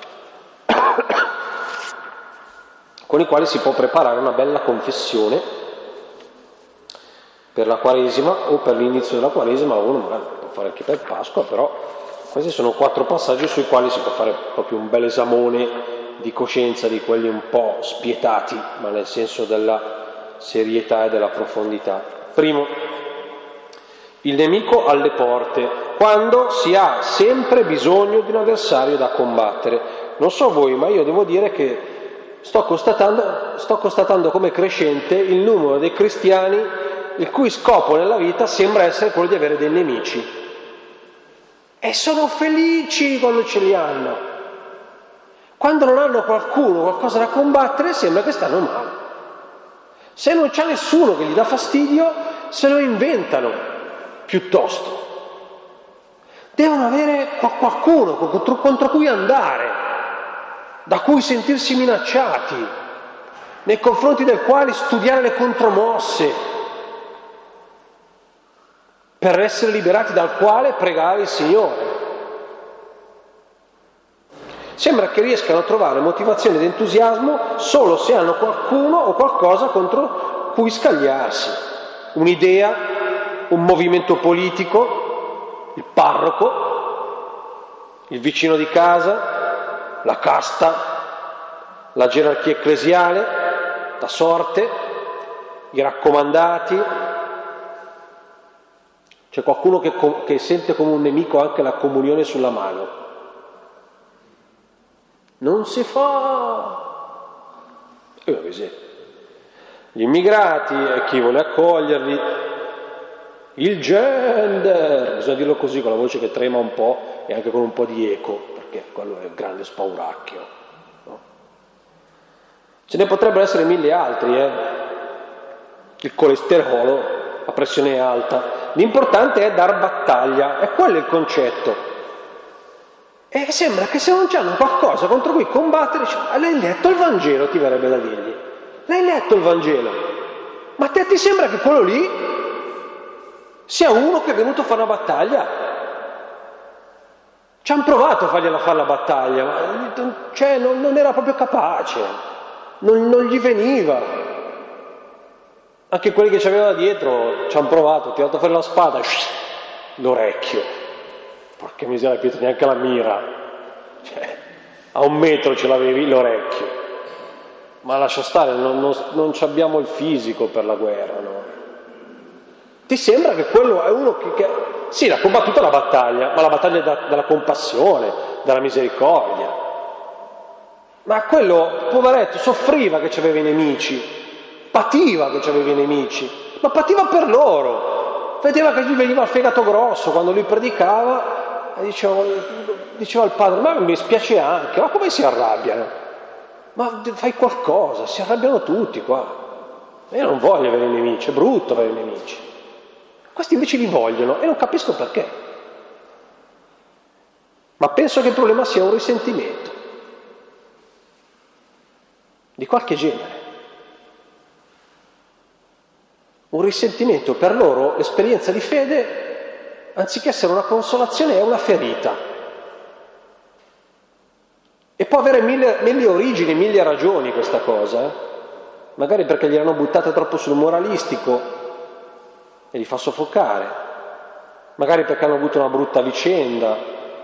con i quali si può preparare una bella confessione per la Quaresima o per l'inizio della Quaresima, o uno magari può fare anche per Pasqua, però questi sono 4 passaggi sui quali si può fare proprio un bel esamone di coscienza, di quelli un po' spietati, ma nel senso della serietà e della profondità. Primo, il nemico alle porte, quando si ha sempre bisogno di un avversario da combattere. Non so voi, ma io devo dire che sto constatando come crescente il numero dei cristiani il cui scopo nella vita sembra essere quello di avere dei nemici. E sono felici quando ce li hanno. Quando non hanno qualcuno, qualcosa da combattere, sembra che stanno male. Se non c'è nessuno che gli dà fastidio, se lo inventano piuttosto. Devono avere qualcuno contro cui andare, da cui sentirsi minacciati, nei confronti del quale studiare le contromosse, per essere liberati dal quale pregare il Signore. Sembra che riescano a trovare motivazione ed entusiasmo solo se hanno qualcuno o qualcosa contro cui scagliarsi. Un'idea, un movimento politico, il parroco, il vicino di casa, la casta, la gerarchia ecclesiale, la sorte, i raccomandati. C'è qualcuno che sente come un nemico anche la comunione sulla mano. Non si fa. Gli immigrati e chi vuole accoglierli, il gender, bisogna dirlo così, con la voce che trema un po' e anche con un po' di eco, perché quello è il grande spauracchio, no? Ce ne potrebbero essere mille altri, il colesterolo, la pressione alta, l'importante è dar battaglia, è quello il concetto. E sembra che se non c'hanno qualcosa contro cui combattere, l'hai letto il Vangelo, ti verrebbe da dirgli. L'hai letto il Vangelo? Ma a te ti sembra che quello lì sia uno che è venuto a fare una battaglia? Ci hanno provato a fargliela fare la battaglia, ma non era proprio capace, non gli veniva. Anche quelli che ci avevano dietro ci hanno provato, tirato fuori la spada, l'orecchio. Porca miseria, Pietro, neanche la mira. A 1 metro ce l'avevi l'orecchio. Ma lascia stare, non ci abbiamo il fisico per la guerra, no? Ti sembra che quello è uno che sì, ha combattuto la battaglia, ma la battaglia della compassione, della misericordia. Ma quello, poveretto, soffriva che c'aveva i nemici, pativa che c'aveva i nemici, ma pativa per loro. Vedeva che gli veniva il fegato grosso quando lui predicava. Diceva al padre, ma mi spiace anche, ma come si arrabbiano? Ma fai qualcosa, si arrabbiano tutti qua. Io non voglio avere nemici, è brutto avere nemici. Questi invece li vogliono e non capisco perché. Ma penso che il problema sia un risentimento di qualche genere. Un risentimento, per loro l'esperienza di fede, anziché essere una consolazione, è una ferita. E può avere mille origini, mille ragioni questa cosa. Magari perché gli hanno buttate troppo sul moralistico e li fa soffocare. Magari perché hanno avuto una brutta vicenda.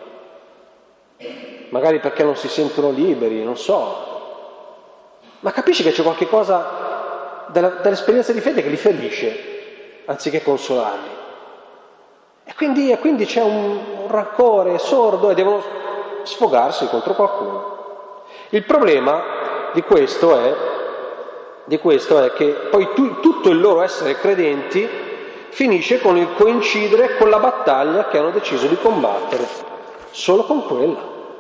Magari perché non si sentono liberi, non so. Ma capisci che c'è qualche cosa dell'esperienza di fede che li ferisce, anziché consolarli. E quindi c'è un rancore sordo e devono sfogarsi contro qualcuno. Il problema di questo è che poi tutto il loro essere credenti finisce con il coincidere con la battaglia che hanno deciso di combattere. Solo con quella.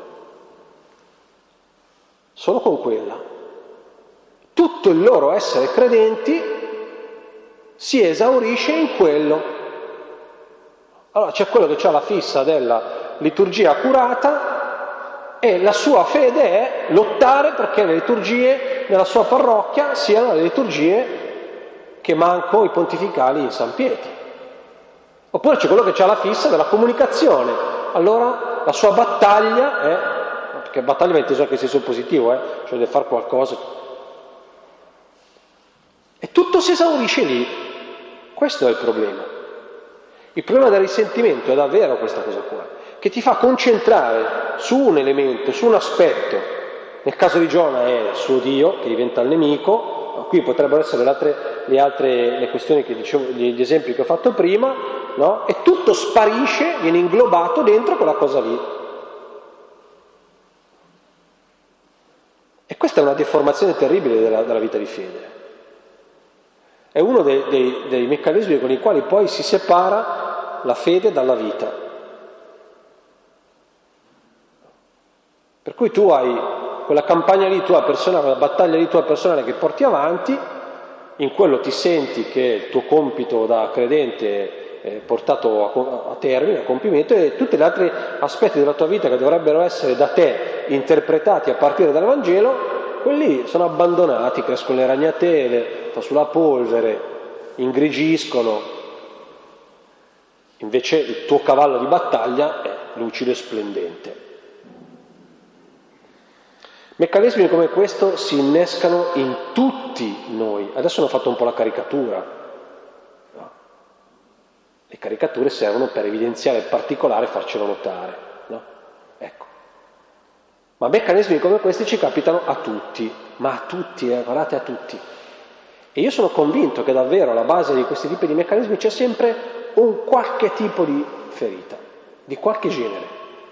Solo con quella. Tutto il loro essere credenti si esaurisce in quello. Allora c'è quello che ha la fissa della liturgia accurata e la sua fede è lottare perché le liturgie nella sua parrocchia siano le liturgie che manco i pontificali in San Pietro. Oppure c'è quello che ha la fissa della comunicazione. Allora la sua battaglia è, perché battaglia va inteso anche in senso positivo, cioè deve fare qualcosa. E tutto si esaurisce lì. Questo è il problema. Il problema del risentimento è davvero questa cosa qua, che ti fa concentrare su un elemento, su un aspetto. Nel caso di Giona è il suo Dio, che diventa il nemico. Qui potrebbero essere le questioni che dicevo, gli esempi che ho fatto prima, no? E tutto sparisce, viene inglobato dentro quella cosa lì. E questa è una deformazione terribile della vita di fede. È uno dei meccanismi con i quali poi si separa la fede dalla vita. Per cui tu hai quella campagna lì tua personale, quella battaglia lì tua personale che porti avanti, in quello ti senti che il tuo compito da credente è portato a termine, a compimento, e tutti gli altri aspetti della tua vita che dovrebbero essere da te interpretati a partire dal Vangelo, quelli sono abbandonati, crescono le ragnatele, fa sulla polvere, ingrigiscono. Invece il tuo cavallo di battaglia è lucido e splendente. Meccanismi come questo si innescano in tutti noi. Adesso hanno fatto un po' la caricatura. No. Le caricature servono per evidenziare il particolare e farcelo notare. No? Ecco. Ma meccanismi come questi ci capitano a tutti, ma a tutti, guardate, a tutti. E io sono convinto che davvero alla base di questi tipi di meccanismi c'è sempre un qualche tipo di ferita, di qualche genere.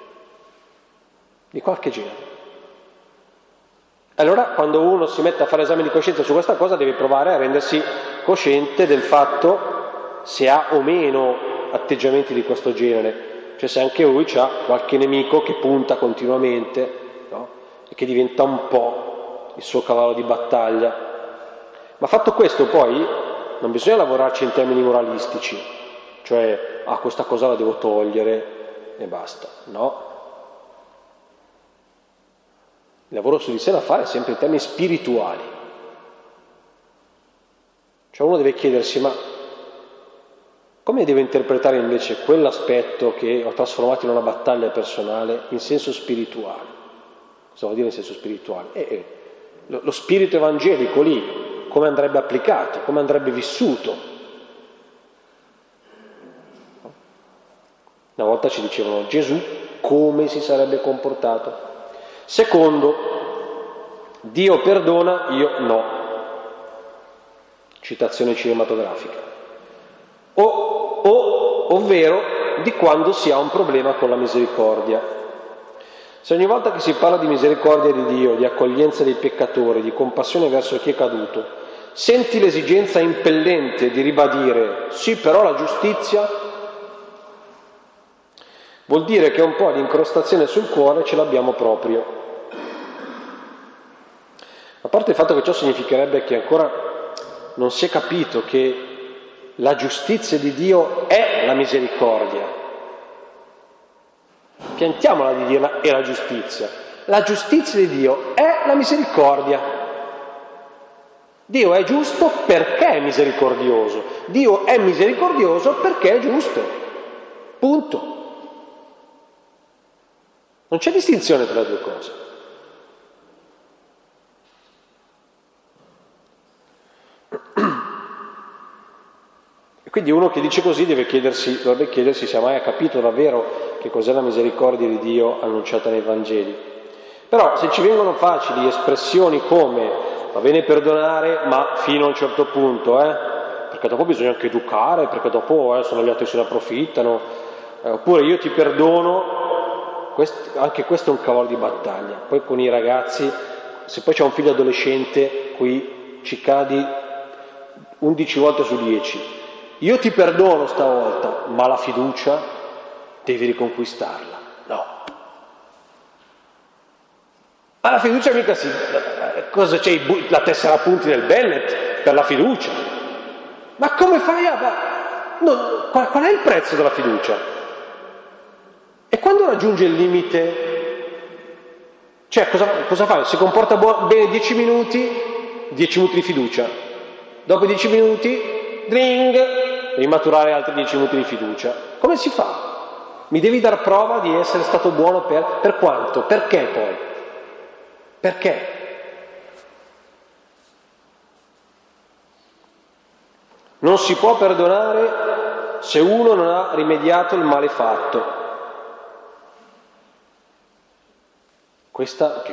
Di qualche genere. Allora, quando uno si mette a fare esame di coscienza su questa cosa, deve provare a rendersi cosciente del fatto se ha o meno atteggiamenti di questo genere, cioè se anche lui ha qualche nemico che punta continuamente, no? E che diventa un po' il suo cavallo di battaglia. Ma fatto questo poi non bisogna lavorarci in termini moralistici, cioè questa cosa la devo togliere e basta, no? Il lavoro su di sé da fare è sempre in termini spirituali. Cioè uno deve chiedersi, ma come devo interpretare invece quell'aspetto che ho trasformato in una battaglia personale in senso spirituale? Cosa vuol dire in senso spirituale? Lo spirito evangelico lì, come andrebbe applicato, come andrebbe vissuto. Una volta ci dicevano Gesù come si sarebbe comportato. Secondo, Dio perdona, io no. Citazione cinematografica. Ovvero di quando si ha un problema con la misericordia. Se ogni volta che si parla di misericordia di Dio, di accoglienza dei peccatori, di compassione verso chi è caduto, senti l'esigenza impellente di ribadire sì, però la giustizia, vuol dire che un po' di incrostazione sul cuore ce l'abbiamo proprio. A parte il fatto che ciò significherebbe che ancora non si è capito che la giustizia di Dio è la misericordia. Piantiamola di dirla, è la giustizia. La giustizia di Dio è la misericordia. Dio è giusto perché è misericordioso. Dio è misericordioso perché è giusto. Punto. Non c'è distinzione tra le due cose. E quindi uno che dice così dovrebbe chiedersi se mai ha capito davvero che cos'è la misericordia di Dio annunciata nei Vangeli. Però se ci vengono facili espressioni come va bene perdonare ma fino a un certo punto, perché dopo bisogna anche educare, perché dopo sono gli altri che se ne approfittano, oppure io ti perdono, anche questo è un cavallo di battaglia. Poi con i ragazzi, se poi c'è un figlio adolescente, qui ci cadi 11 volte su 10. Io ti perdono stavolta, ma la fiducia devi riconquistarla. No. Ma la fiducia mica cosa c'è? La tessera a punti del Bennett per la fiducia? Ma come fai qual è il prezzo della fiducia? E quando raggiunge il limite? Cioè, cosa fai? Si comporta bene 10 minuti di fiducia. Dopo 10 minuti, dring, devi maturare altri 10 minuti di fiducia. Come si fa? Mi devi dar prova di essere stato buono per quanto? Perché poi? Perché? Non si può perdonare se uno non ha rimediato il male fatto. Questa.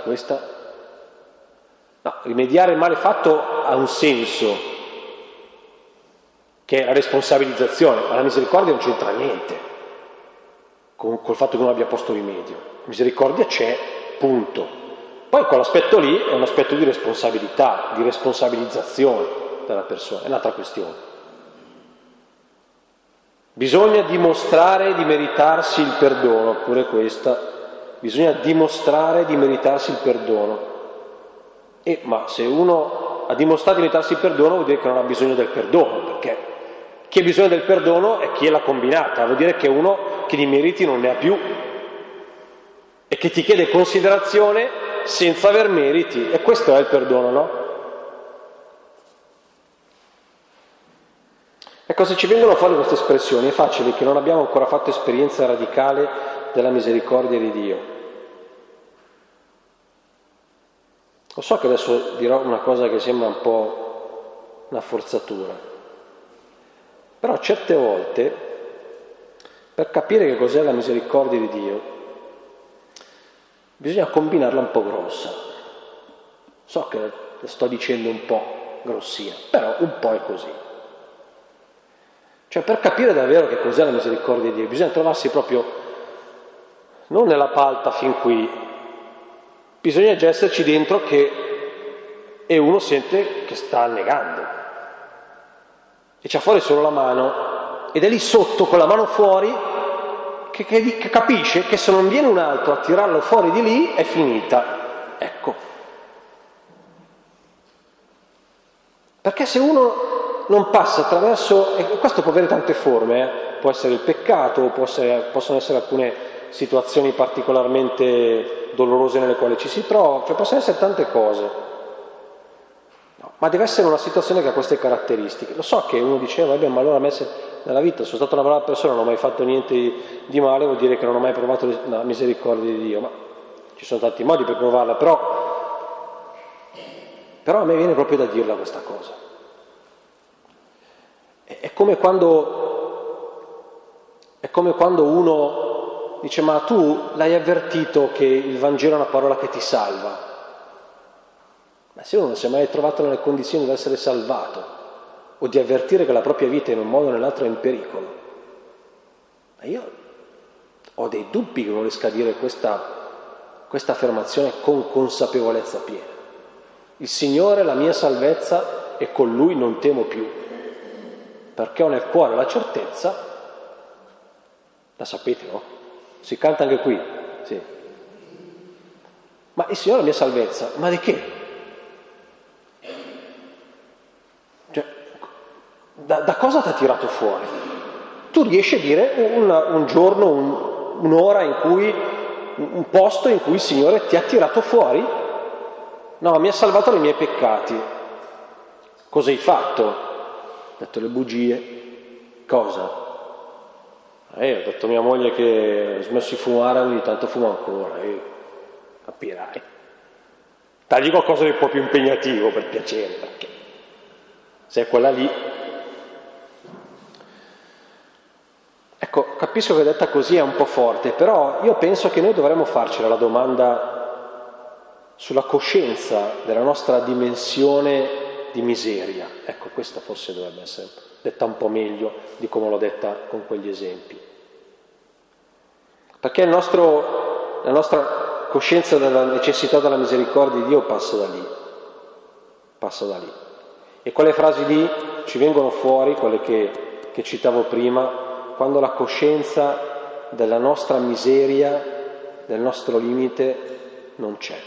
No, rimediare il male fatto ha un senso, che è la responsabilizzazione, ma la misericordia non c'entra niente col fatto che non abbia posto rimedio. La misericordia c'è, punto. Poi quell'aspetto lì è un aspetto di responsabilità, di responsabilizzazione della persona, è un'altra questione. Bisogna dimostrare di meritarsi il perdono, pure questa, bisogna dimostrare di meritarsi il perdono. Ma se uno ha dimostrato di meritarsi il perdono vuol dire che non ha bisogno del perdono, perché chi ha bisogno del perdono è chi l'ha combinata, vuol dire che è uno che di meriti non ne ha più e che ti chiede considerazione senza aver meriti, e questo è il perdono, no? Ecco, se ci vengono fuori queste espressioni è facile che non abbiamo ancora fatto esperienza radicale della misericordia di Dio. Lo so che adesso dirò una cosa che sembra un po' una forzatura, però certe volte, per capire che cos'è la misericordia di Dio, bisogna combinarla un po' grossa. So che le sto dicendo un po' grossina, però un po' è così. Cioè, per capire davvero che cos'è la misericordia di Dio, bisogna trovarsi proprio non nella palta fin qui, bisogna già esserci dentro e uno sente che sta annegando e c'ha fuori solo la mano ed è lì sotto con la mano fuori che capisce che se non viene un altro a tirarlo fuori di lì è finita. Ecco. Perché se uno non passa attraverso, e questo può avere tante forme, può essere il peccato, possono essere alcune situazioni particolarmente dolorose nelle quali ci si trova, cioè possono essere tante cose. No, ma deve essere una situazione che ha queste caratteristiche. Lo so che uno diceva, vabbè, ma allora a me nella vita sono stata una brava persona, non ho mai fatto niente di male, vuol dire che non ho mai provato la misericordia di Dio, ma ci sono tanti modi per provarla, però a me viene proprio da dirla questa cosa. È come quando uno dice, ma tu l'hai avvertito che il Vangelo è una parola che ti salva? Ma se uno non si è mai trovato nelle condizioni di essere salvato o di avvertire che la propria vita in un modo o nell'altro è in pericolo, ma io ho dei dubbi che non riesca a dire questa affermazione con consapevolezza piena. Il Signore è la mia salvezza e con Lui non temo più, perché ho nel cuore la certezza, la sapete, no? Si canta anche qui, sì. Ma il Signore è la mia salvezza, ma di che? Cioè, da cosa ti ha tirato fuori? Tu riesci a dire un giorno, un'ora in cui, un posto in cui il Signore ti ha tirato fuori? No, mi ha salvato dai miei peccati. Cosa hai fatto? Ho detto le bugie. Cosa? Ho detto a mia moglie che ho smesso di fumare, ogni tanto fumo ancora. Capirai. Dagli qualcosa di un po' più impegnativo, per piacere, perché se è quella lì. Ecco, capisco che detta così è un po' forte, però io penso che noi dovremmo farcela la domanda sulla coscienza della nostra dimensione di miseria. Ecco, questa forse dovrebbe essere detta un po' meglio di come l'ho detta con quegli esempi. Perché la nostra coscienza della necessità della misericordia di Dio passa da lì. E quelle frasi lì ci vengono fuori, quelle che citavo prima, quando la coscienza della nostra miseria, del nostro limite, non c'è.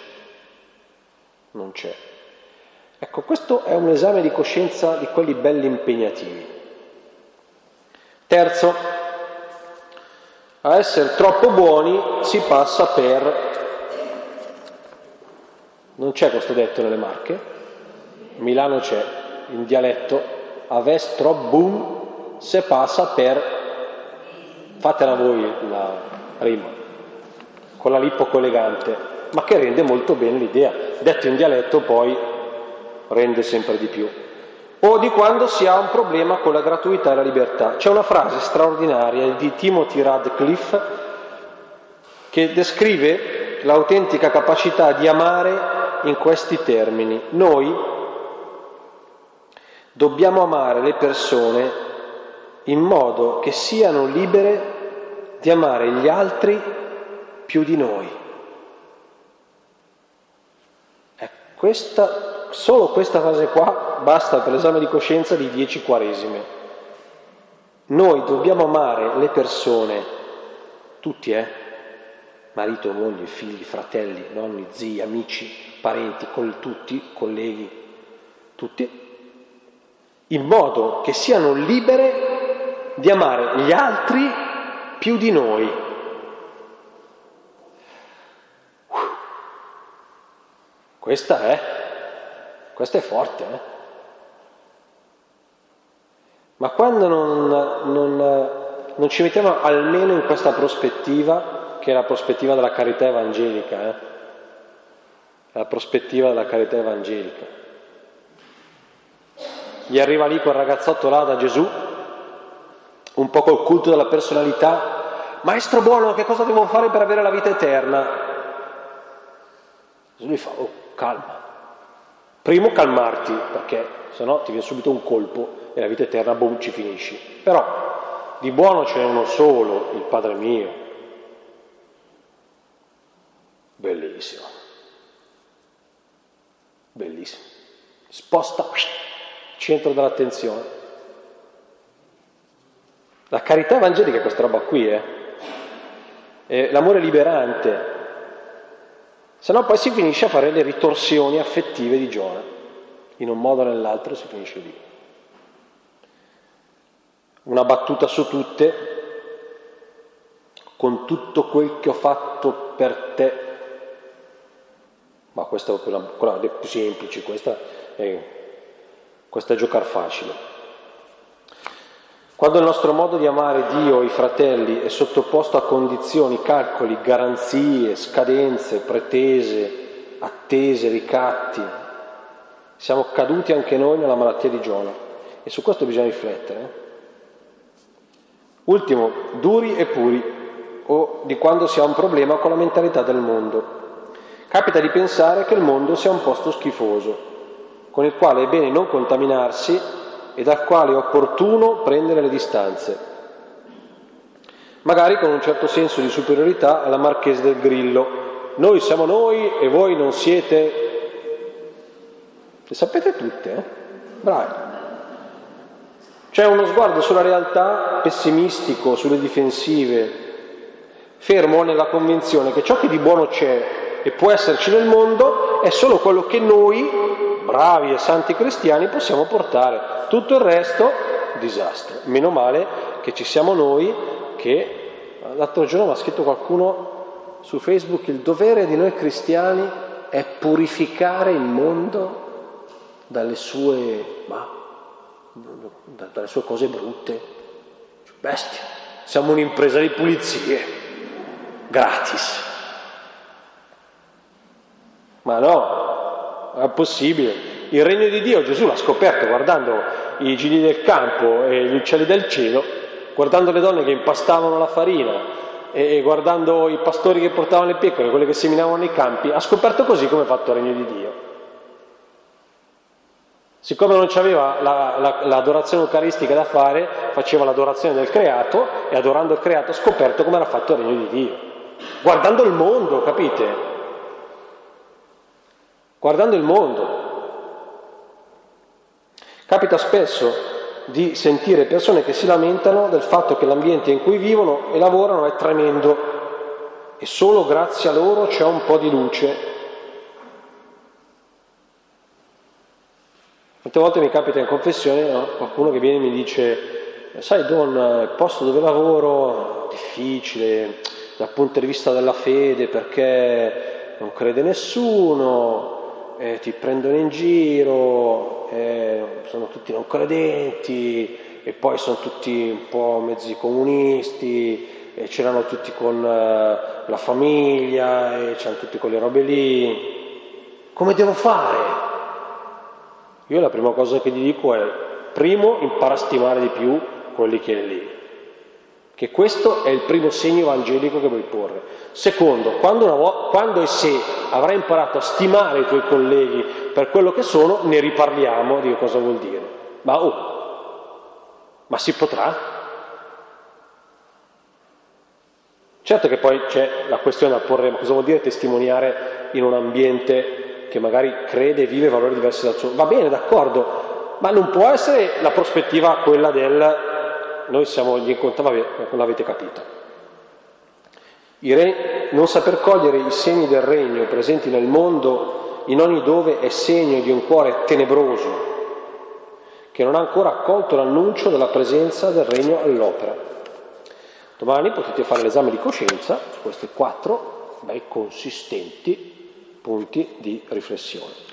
Ecco, questo è un esame di coscienza di quelli belli impegnativi. Terzo, a essere troppo buoni si passa per... Non c'è questo detto nelle Marche? A Milano c'è, in dialetto, aves trop bun se passa per... Fatela voi la rima, con la lì poco elegante, ma che rende molto bene l'idea. Detto in dialetto poi rende sempre di più. O di quando si ha un problema con la gratuità e la libertà. C'è una frase straordinaria di Timothy Radcliffe che descrive l'autentica capacità di amare in questi termini. Noi dobbiamo amare le persone in modo che siano libere di amare gli altri più di noi. Solo questa frase qua basta per l'esame di coscienza di 10 quaresime. Noi dobbiamo amare le persone, tutti, marito, moglie, figli, fratelli, nonni, zii, amici, parenti, tutti, colleghi, tutti, in modo che siano libere di amare gli altri più di noi. Questa è forte, Ma quando non ci mettiamo almeno in questa prospettiva, che è la prospettiva della carità evangelica, la prospettiva della carità evangelica. Gli arriva lì quel ragazzotto là da Gesù, un po' col culto della personalità. Maestro buono, che cosa devo fare per avere la vita eterna? Gesù gli fa, calma. Primo calmarti, perché sennò ti viene subito un colpo e la vita eterna, boom, ci finisci. Però di buono ce n'è uno solo, il Padre mio. Bellissimo. Bellissimo. Sposta il centro dell'attenzione. La carità evangelica è questa roba qui, è l'amore liberante, se no poi si finisce a fare le ritorsioni affettive di Giona, in un modo o nell'altro si finisce lì. Una battuta su tutte: con tutto quel che ho fatto per te. Ma questa è quella delle più semplici, questa è giocare facile. Quando il nostro modo di amare Dio e i fratelli è sottoposto a condizioni, calcoli, garanzie, scadenze, pretese, attese, ricatti, siamo caduti anche noi nella malattia di Giona, e su questo bisogna riflettere. Ultimo, duri e puri, o di quando si ha un problema con la mentalità del mondo. Capita di pensare che il mondo sia un posto schifoso, con il quale è bene non contaminarsi e dal quale è opportuno prendere le distanze, magari con un certo senso di superiorità alla Marchese del Grillo: noi siamo noi e voi non siete. Le sapete tutte, bravi. C'è uno sguardo sulla realtà pessimistico, sulle difensive, fermo nella convinzione che ciò che di buono c'è e può esserci nel mondo è solo quello che noi, bravi e santi cristiani, possiamo portare. Tutto il resto, disastro. Meno male che ci siamo noi, che l'altro giorno mi ha scritto qualcuno su Facebook: il dovere di noi cristiani è purificare il mondo dalle sue cose brutte. Bestia, siamo un'impresa di pulizie, gratis. Ma no, è possibile. Il regno di Dio Gesù l'ha scoperto guardando i gigli del campo e gli uccelli del cielo, guardando le donne che impastavano la farina e guardando i pastori che portavano le pecore, quelle che seminavano nei campi. Ha scoperto così come è fatto il regno di Dio. Siccome non c'aveva l'adorazione eucaristica da fare, faceva l'adorazione del creato, e adorando il creato ha scoperto come era fatto il regno di Dio. Guardando il mondo, capite? Guardando il mondo. Capita spesso di sentire persone che si lamentano del fatto che l'ambiente in cui vivono e lavorano è tremendo e solo grazie a loro c'è un po' di luce. Molte volte mi capita in confessione, qualcuno che viene e mi dice: sai Don, il posto dove lavoro è difficile dal punto di vista della fede, perché non crede nessuno, ti prendono in giro, sono tutti non credenti, e poi sono tutti un po' mezzi comunisti, e ce l'hanno tutti con la famiglia, e ce l'hanno tutti con le robe lì. Come devo fare? Io la prima cosa che gli dico è: primo, impara a stimare di più quelli che è lì, che questo è il primo segno evangelico che vuoi porre. Secondo, quando e se avrai imparato a stimare i tuoi colleghi per quello che sono, ne riparliamo di cosa vuol dire. Ma si potrà? Certo che poi c'è la questione da porre: ma cosa vuol dire testimoniare in un ambiente che magari crede e vive valori diversi dal suo? Va bene, d'accordo, ma non può essere la prospettiva quella del noi siamo gli incontrati, non l'avete capito. Non saper cogliere i segni del regno presenti nel mondo in ogni dove è segno di un cuore tenebroso che non ha ancora accolto l'annuncio della presenza del regno all'opera. Domani potete fare l'esame di coscienza su questi 4 bei consistenti punti di riflessione.